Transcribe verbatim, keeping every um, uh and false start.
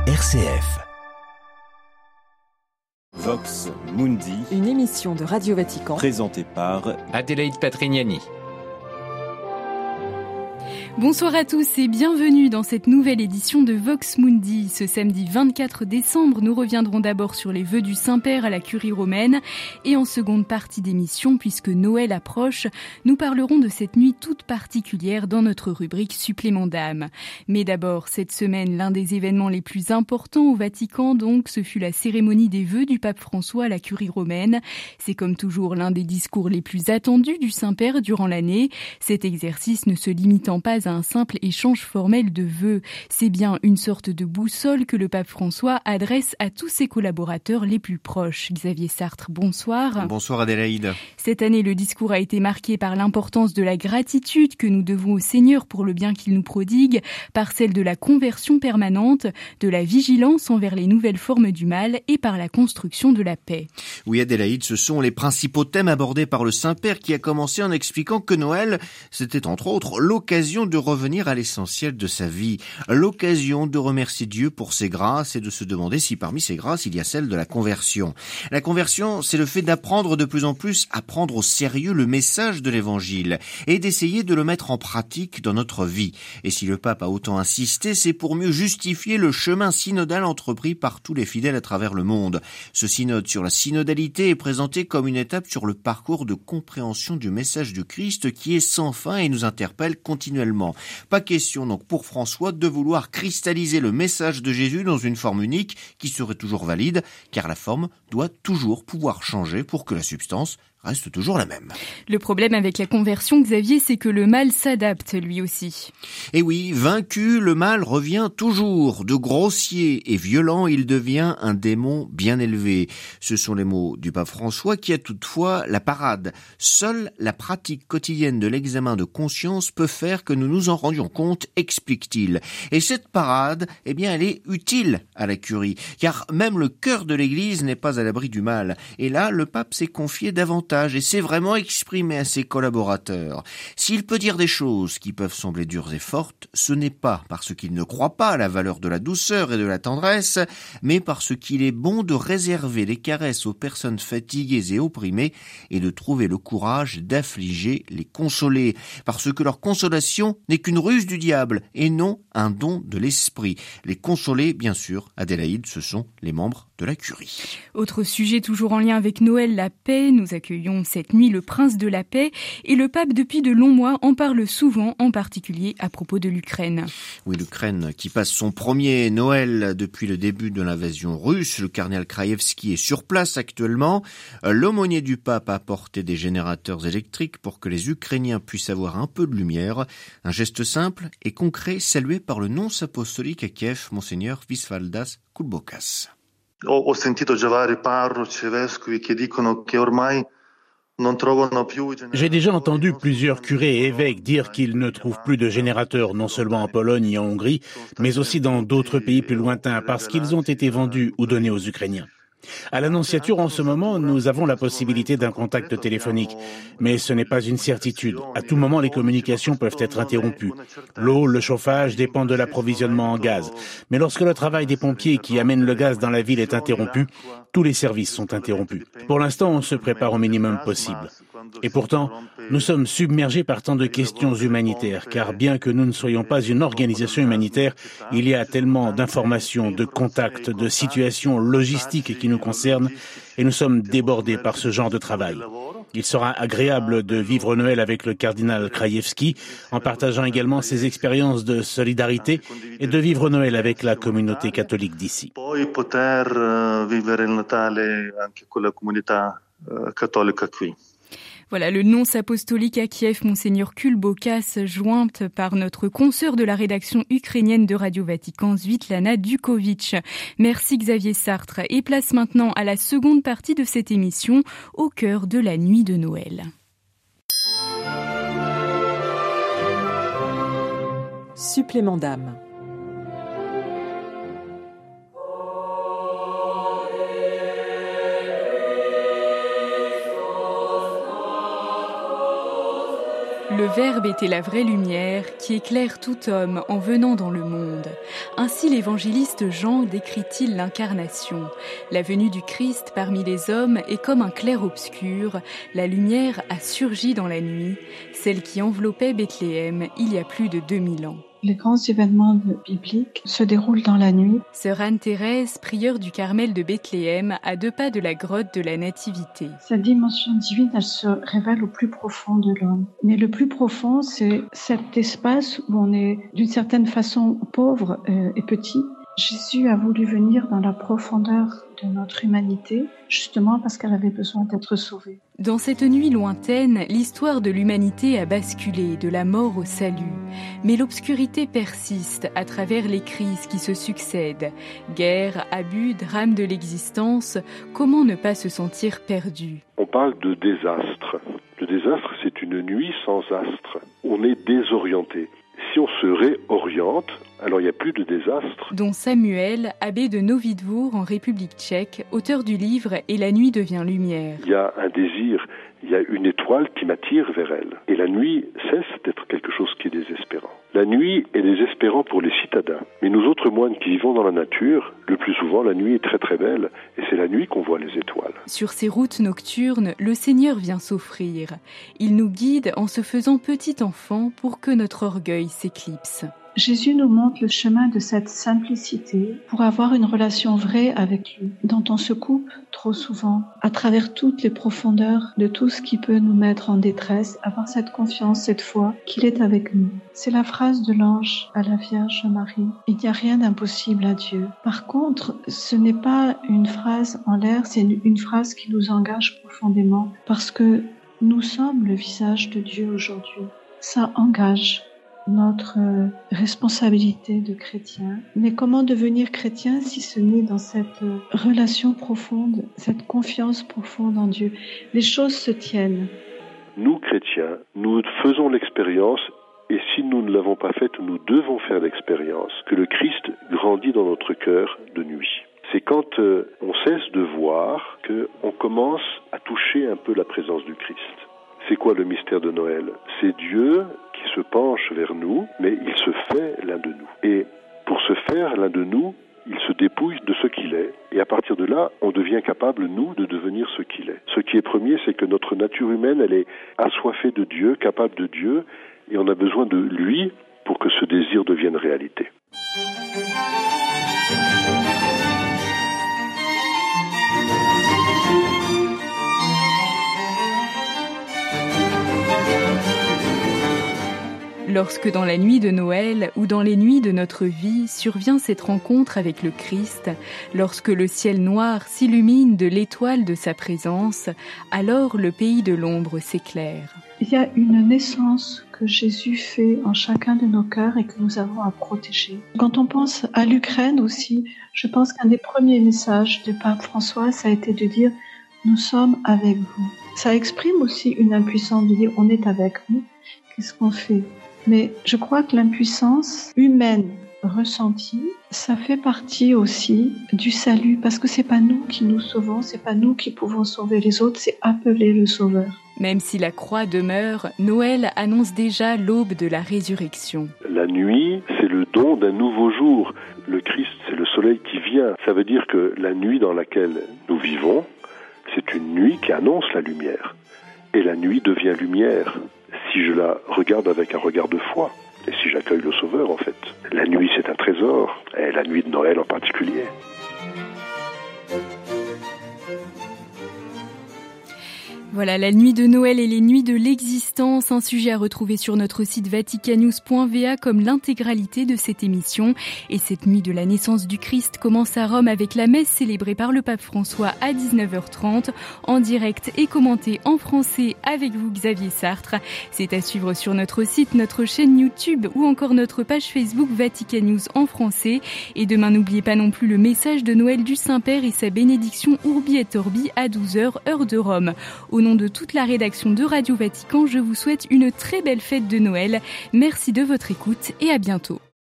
R C F. Vox Mundi, une émission de Radio Vatican, présentée par Adélaïde Patrignani. Bonsoir à tous et bienvenue dans cette nouvelle édition de Vox Mundi. Ce samedi vingt-quatre décembre, nous reviendrons d'abord sur les vœux du Saint-Père à la Curie romaine et en seconde partie d'émission, puisque Noël approche, nous parlerons de cette nuit toute particulière dans notre rubrique Supplément d'âme. Mais d'abord, cette semaine, l'un des événements les plus importants au Vatican, donc, ce fut la cérémonie des vœux du pape François à la Curie romaine. C'est comme toujours l'un des discours les plus attendus du Saint-Père durant l'année. Cet exercice ne se limitant pas à un simple échange formel de vœux. C'est bien une sorte de boussole que le pape François adresse à tous ses collaborateurs les plus proches. Xavier Sartre, bonsoir. Bonsoir Adélaïde. Cette année, le discours a été marqué par l'importance de la gratitude que nous devons au Seigneur pour le bien qu'il nous prodigue, par celle de la conversion permanente, de la vigilance envers les nouvelles formes du mal et par la construction de la paix. Oui Adélaïde, ce sont les principaux thèmes abordés par le Saint-Père qui a commencé en expliquant que Noël, c'était entre autres l'occasion de revenir à l'essentiel de sa vie, l'occasion de remercier Dieu pour ses grâces et de se demander si parmi ces grâces il y a celle de la conversion. La conversion, c'est le fait d'apprendre de plus en plus à prendre au sérieux le message de l'Évangile et d'essayer de le mettre en pratique dans notre vie. Et si le pape a autant insisté, c'est pour mieux justifier le chemin synodal entrepris par tous les fidèles à travers le monde. Ce synode sur la synodalité est présenté comme une étape sur le parcours de compréhension du message du Christ qui est sans fin et nous interpelle continuellement. Pas question donc pour François de vouloir cristalliser le message de Jésus dans une forme unique qui serait toujours valide, car la forme doit toujours pouvoir changer pour que la substance reste toujours la même. Le problème avec la conversion, Xavier, c'est que le mal s'adapte lui aussi. Et oui, vaincu, le mal revient toujours. De grossier et violent, il devient un démon bien élevé. Ce sont les mots du pape François qui a toutefois la parade. Seule la pratique quotidienne de l'examen de conscience peut faire que nous nous en rendions compte, explique-t-il. Et cette parade, eh bien, elle est utile à la Curie, car même le cœur de l'Église n'est pas à l'abri du mal. Et là, le pape s'est confié davantage et c'est vraiment exprimé à ses collaborateurs. S'il peut dire des choses qui peuvent sembler dures et fortes, ce n'est pas parce qu'il ne croit pas à la valeur de la douceur et de la tendresse, mais parce qu'il est bon de réserver les caresses aux personnes fatiguées et opprimées et de trouver le courage d'affliger les consoler, parce que leur consolation n'est qu'une ruse du diable et non un don de l'esprit. Les consoler, bien sûr, Adélaïde, ce sont les membres de la Curie. Autre sujet toujours en lien avec Noël, la paix. Nous accueillons cette nuit le prince de la paix et le pape depuis de longs mois en parle souvent, en particulier à propos de l'Ukraine. Oui, l'Ukraine qui passe son premier Noël depuis le début de l'invasion russe. Le cardinal Krajewski est sur place actuellement. L'aumônier du pape a apporté des générateurs électriques pour que les Ukrainiens puissent avoir un peu de lumière. Un geste simple et concret salué par le nonce apostolique à Kiev, Monseigneur Visvaldas Kulbokas. Ho sentito già vari parroci e vescovi che dicono che ormai non trovano più. J'ai déjà entendu plusieurs curés et évêques dire qu'ils ne trouvent plus de générateurs, non seulement en Pologne et en Hongrie, mais aussi dans d'autres pays plus lointains, parce qu'ils ont été vendus ou donnés aux Ukrainiens. À l'Annonciature, en ce moment, nous avons la possibilité d'un contact téléphonique, mais ce n'est pas une certitude. À tout moment, les communications peuvent être interrompues. L'eau, le chauffage dépendent de l'approvisionnement en gaz. Mais lorsque le travail des pompiers qui amènent le gaz dans la ville est interrompu, tous les services sont interrompus. Pour l'instant, on se prépare au minimum possible. Et pourtant, nous sommes submergés par tant de questions humanitaires, car bien que nous ne soyons pas une organisation humanitaire, il y a tellement d'informations, de contacts, de situations logistiques qui nous concernent, et nous sommes débordés par ce genre de travail. Il sera agréable de vivre Noël avec le cardinal Krajewski, en partageant également ses expériences de solidarité, et de vivre Noël avec la communauté catholique d'ici. Poi poter vivere il Natale anche con la comunità cattolica qui. Voilà, le nonce apostolique à Kiev, Monseigneur Kulbokas, jointe par notre consoeur de la rédaction ukrainienne de Radio Vatican, Svitlana Dukovic. Merci Xavier Sartre. Et place maintenant à la seconde partie de cette émission, au cœur de la nuit de Noël. Supplément d'âme. Le Verbe était la vraie lumière qui éclaire tout homme en venant dans le monde. Ainsi l'évangéliste Jean décrit-il l'incarnation. La venue du Christ parmi les hommes est comme un clair-obscur. La lumière a surgi dans la nuit, celle qui enveloppait Bethléem il y a plus de deux mille ans. Les grands événements bibliques se déroulent dans la nuit. Sœur Anne-Thérèse, prieure du Carmel de Bethléem, à deux pas de la grotte de la Nativité. Cette dimension divine, elle se révèle au plus profond de l'homme. Mais le plus profond, c'est cet espace où on est d'une certaine façon pauvre euh, et petit. Jésus a voulu venir dans la profondeur de notre humanité, justement parce qu'elle avait besoin d'être sauvée. Dans cette nuit lointaine, l'histoire de l'humanité a basculé de la mort au salut. Mais l'obscurité persiste à travers les crises qui se succèdent. Guerre, abus, drame de l'existence, comment ne pas se sentir perdu ? On parle de désastre. Le désastre, c'est une nuit sans astre. On est désorienté. Si on se réoriente, alors il n'y a plus de désastre. Dont Samuel, abbé de Novi Dvor en République tchèque, auteur du livre « Et la nuit devient lumière ». Il y a un désir, il y a une étoile qui m'attire vers elle. Et la nuit cesse d'être quelque chose qui est désespérant. La nuit est désespérant pour les citadins. Mais nous autres moines qui vivons dans la nature, le plus souvent la nuit est très très belle. Et c'est la nuit qu'on voit les étoiles. Sur ces routes nocturnes, le Seigneur vient s'offrir. Il nous guide en se faisant petit enfant pour que notre orgueil s'éclipse. Jésus nous montre le chemin de cette simplicité pour avoir une relation vraie avec lui, dont on se coupe trop souvent à travers toutes les profondeurs de tout ce qui peut nous mettre en détresse, avoir cette confiance, cette foi qu'il est avec nous. C'est la phrase de l'ange à la Vierge Marie. Il n'y a rien d'impossible à Dieu. Par contre, ce n'est pas une phrase en l'air, c'est une, une phrase qui nous engage profondément parce que nous sommes le visage de Dieu aujourd'hui. Ça engage notre responsabilité de chrétien. Mais comment devenir chrétien si ce n'est dans cette relation profonde, cette confiance profonde en Dieu ? Les choses se tiennent. Nous, chrétiens, nous faisons l'expérience, et si nous ne l'avons pas faite, nous devons faire l'expérience, que le Christ grandit dans notre cœur de nuit. C'est quand euh, on cesse de voir qu'on commence à toucher un peu la présence du Christ. C'est quoi le mystère de Noël ? C'est Dieu qui se penche vers nous, mais il se fait l'un de nous. Et pour se faire l'un de nous, il se dépouille de ce qu'il est. Et à partir de là, on devient capable, nous, de devenir ce qu'il est. Ce qui est premier, c'est que notre nature humaine, elle est assoiffée de Dieu, capable de Dieu, et on a besoin de lui pour que ce désir devienne réalité. Lorsque dans la nuit de Noël ou dans les nuits de notre vie survient cette rencontre avec le Christ, lorsque le ciel noir s'illumine de l'étoile de sa présence, alors le pays de l'ombre s'éclaire. Il y a une naissance que Jésus fait en chacun de nos cœurs et que nous avons à protéger. Quand on pense à l'Ukraine aussi, je pense qu'un des premiers messages du pape François, ça a été de dire « Nous sommes avec vous ». Ça exprime aussi une impuissance de dire « On est avec vous ». Qu'est-ce qu'on fait ? Mais je crois que l'impuissance humaine ressentie, ça fait partie aussi du salut, parce que c'est pas nous qui nous sauvons, c'est pas nous qui pouvons sauver les autres, c'est appeler le Sauveur. Même si la croix demeure, Noël annonce déjà l'aube de la résurrection. La nuit, c'est le don d'un nouveau jour. Le Christ, c'est le soleil qui vient. Ça veut dire que la nuit dans laquelle nous vivons, c'est une nuit qui annonce la lumière. Et la nuit devient lumière si je la regarde avec un regard de foi, et si j'accueille le Sauveur en fait. La nuit c'est un trésor, et la nuit de Noël en particulier. Voilà, la nuit de Noël et les nuits de l'existence, un sujet à retrouver sur notre site vaticannews point v a comme l'intégralité de cette émission. Et cette nuit de la naissance du Christ commence à Rome avec la messe célébrée par le pape François à dix-neuf heures trente, en direct et commentée en français avec vous Xavier Sartre. C'est à suivre sur notre site, notre chaîne YouTube ou encore notre page Facebook Vaticannews en français. Et demain, n'oubliez pas non plus le message de Noël du Saint-Père et sa bénédiction Urbi et Orbi à douze heures, heure de Rome. Au nom de toute la rédaction de Radio Vatican, je vous souhaite une très belle fête de Noël. Merci de votre écoute et à bientôt.